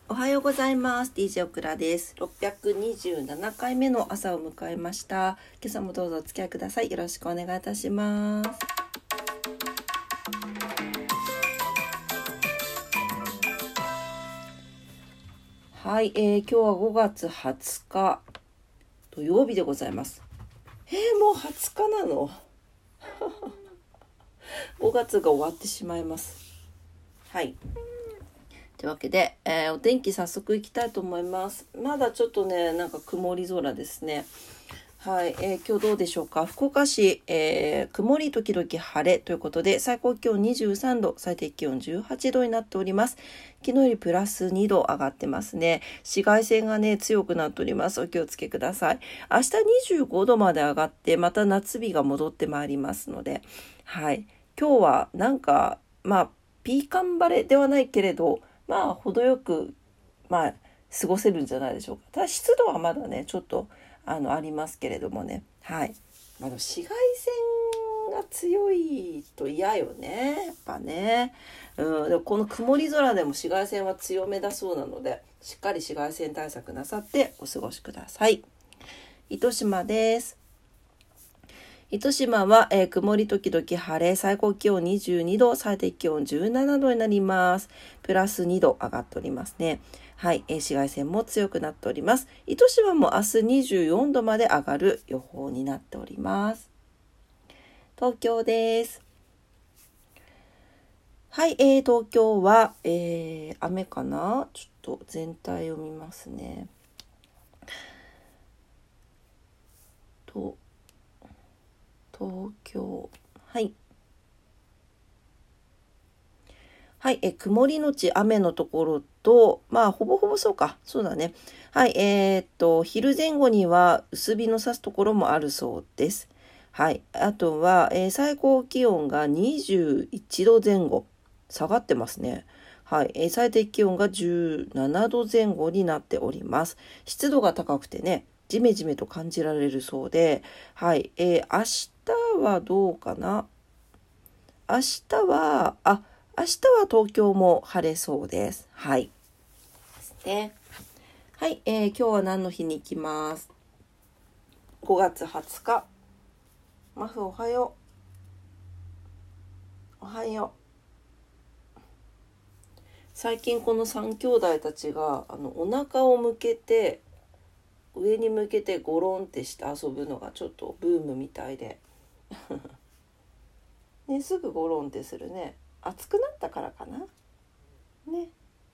おはようございます。DJ オクラです。627回目の朝を迎えました。今朝もどうぞお付き合いください。よろしくお願いいたします。はい、今日は5月20日土曜日でございます。もう20日なの5月が終わってしまいます。はい。というわけで、お天気早速いきたいと思います。まだちょっとね、なんか曇り空ですね。はい、今日どうでしょうか。福岡市、曇り時々晴れということで、最高気温23度、最低気温18度になっております。昨日よりプラス2度上がってますね。紫外線がね、強くなっております。お気をつけください。明日25度まで上がって、また夏日が戻ってまいりますので、はい。今日はなんか、ピーカン晴れではないけれど、程よく、過ごせるんじゃないでしょうか。ただ湿度はまだね、ちょっと、ありますけれどもね。はい。紫外線が強いと嫌よね。やっぱね。でもこの曇り空でも紫外線は強めだそうなので、しっかり紫外線対策なさってお過ごしください。糸島です。糸島は、曇り時々晴れ、最高気温22度、最低気温17度になります。プラス2度上がっておりますね。はい、紫外線も強くなっております。糸島も明日24度まで上がる予報になっております。東京です。はい、東京は、雨かな？ちょっと全体を見ますね。東京、はい、曇りのち雨のところと、ほぼほぼそうだね。はい、昼前後には薄日の差すところもあるそうです。はい、あとは、最高気温が21度前後、下がってますね。はい、最低気温が17度前後になっております。湿度が高くてね、ジメジメと感じられるそうで、はい、明日はどうかな。明日は東京も晴れそうです。はい。ですね。はい、今日は何の日に行きます。5月20日。マフおはよう。おはよう。最近この3兄弟たちがお腹を向けて上に向けてゴロンってして遊ぶのがちょっとブームみたいでね、すぐゴロンってするね。暑くなったからかなね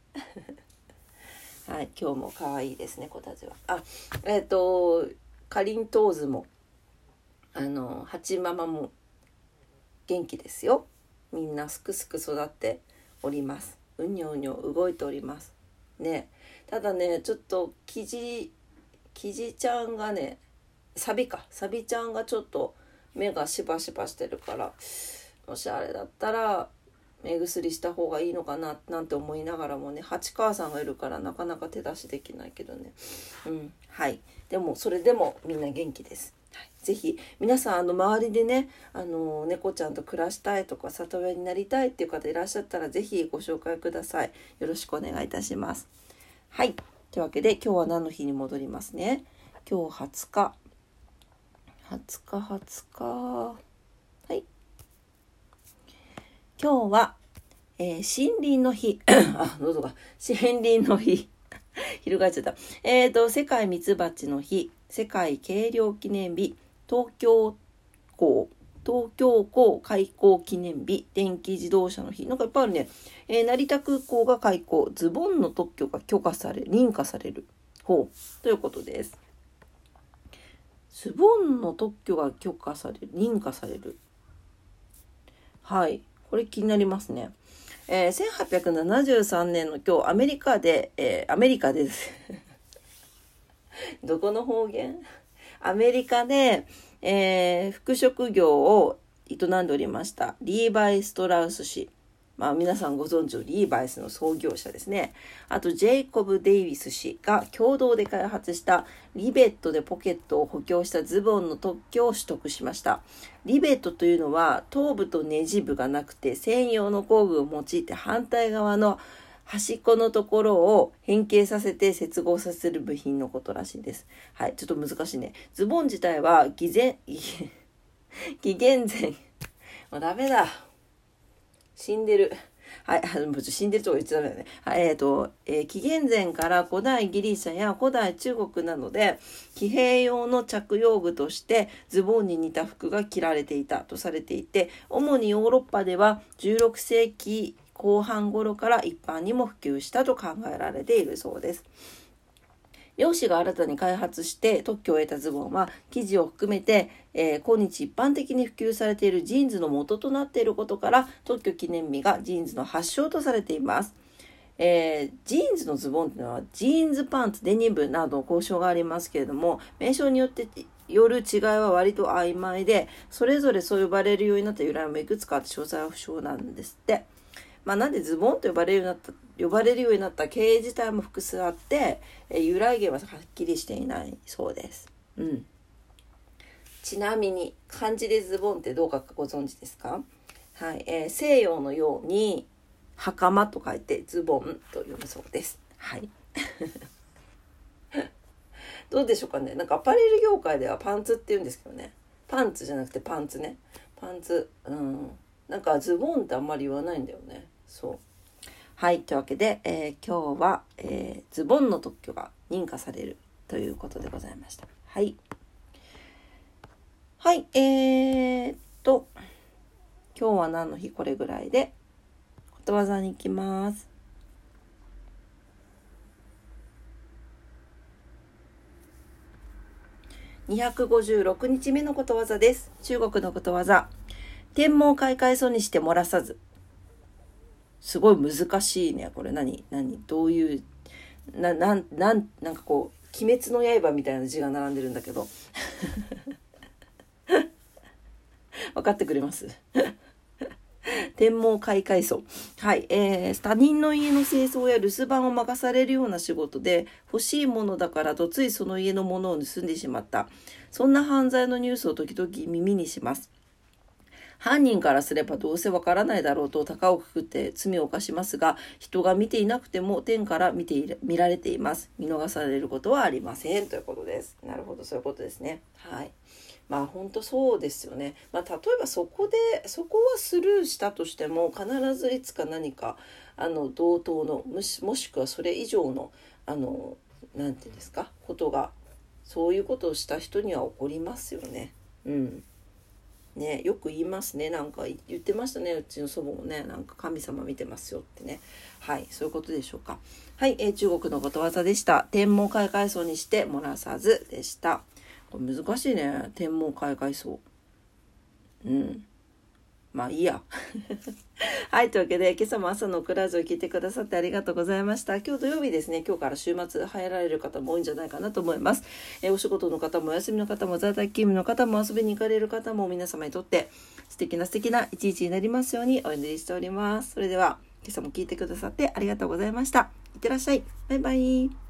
はい、今日も可愛いですね、子たちは。かりんとうずもハチママも元気ですよ。みんなすくすく育っております。うにょうにょ動いておりますね。ただね、ちょっとキジちゃんがね、サビちゃんがちょっと目がしばしばしてるから、もしあれだったら目薬した方がいいのかななんて思いながらもね、八川さんがいるからなかなか手出しできないけどね。はい。でもそれでもみんな元気です。はい、ぜひ皆さん周りでね、猫ちゃんと暮らしたいとか里親になりたいっていう方いらっしゃったらぜひご紹介ください。よろしくお願いいたします。はい。というわけで今日は何の日に戻りますね。今日20日。はい。今日は、森林の日喉が森林の日翻っちゃった世界ミツバチの日、世界軽量記念日、東京港開港記念日、電気自動車の日、なんかいっぱいあるね。成田空港が開港、ズボンの特許が認可されるということです。ズボンの特許が認可される。はい。これ気になりますね。1873年の今日、アメリカですどこの方言？アメリカで、服飾業を営んでおりましたリーバイ・ストラウス氏、皆さんご存知のリーバイスの創業者ですね。あとジェイコブ・デイビス氏が共同で開発したリベットでポケットを補強したズボンの特許を取得しました。リベットというのは頭部とネジ部がなくて専用の工具を用いて反対側の端っこのところを変形させて接合させる部品のことらしいです。はい、ちょっと難しいね。ズボン自体は紀元前、もうダメだ。死んでる。はい、死んでるとか言っちゃダメだね。はい、紀元前から古代ギリシャや古代中国などで騎兵用の着用具としてズボンに似た服が着られていたとされていて、主にヨーロッパでは16世紀後半頃から一般にも普及したと考えられているそうです。漁師が新たに開発して特許を得たズボンは生地を含めて、今日一般的に普及されているジーンズの元となっていることから特許記念日がジーンズの発祥とされています。ジーンズのズボンというのはジーンズパンツ、デニムなど交渉がありますけれども、名称によってよる違いは割と曖昧で、それぞれそう呼ばれるようになった由来もいくつかあって詳細は不詳なんですって。なんでズボンと呼ばれるようになった経緯自体も複数あって、由来源ははっきりしていないそうです。ちなみに漢字でズボンってどうかご存知ですか？はい、西洋のように袴と書いてズボンと読むそうです。はい。どうでしょうかね。なんかアパレル業界ではパンツって言うんですけどね。パンツじゃなくてパンツね。パンツ。なんかズボンってあんまり言わないんだよね。そう。はい。というわけで、今日は、ズボンの特許が認可されるということでございました。はい。はい。今日は何の日？これぐらいでことわざに行きます。256日目のことわざです。中国のことわざ。天網開会祖にして漏らさず。すごい難しいね。これどういう、なんかこう、鬼滅の刃みたいな字が並んでるんだけど。分かってくれます？天網開会祖。はい。他人の家の清掃や留守番を任されるような仕事で、欲しいものだからとついその家のものを盗んでしまった。そんな犯罪のニュースを時々耳にします。犯人からすればどうせわからないだろうと高をくくって罪を犯しますが、人が見ていなくても天から見られています。見逃されることはありませんということです。なるほど、そういうことですね。はい。本当そうですよね。例えばそこはスルーしたとしても、必ずいつか何か同等のもしくはそれ以上のなんていうんですか、ことが、そういうことをした人には起こりますよね。ね、よく言いますね。なんか言ってましたね。うちの祖母もね、なんか神様見てますよってね。はい、そういうことでしょうか。はい、中国のことわざでした。天網開会祖にして漏らさずでした。これ難しいね。天網開会祖。いいや。はい、というわけで、今朝も朝のクラジオを聞いてくださってありがとうございました。今日土曜日ですね。今日から週末入られる方も多いんじゃないかなと思います。お仕事の方もお休みの方も在宅勤務の方も遊びに行かれる方も皆様にとって素敵な一日になりますようにお祈りしております。それでは今朝も聞いてくださってありがとうございました。いってらっしゃい。バイバイ。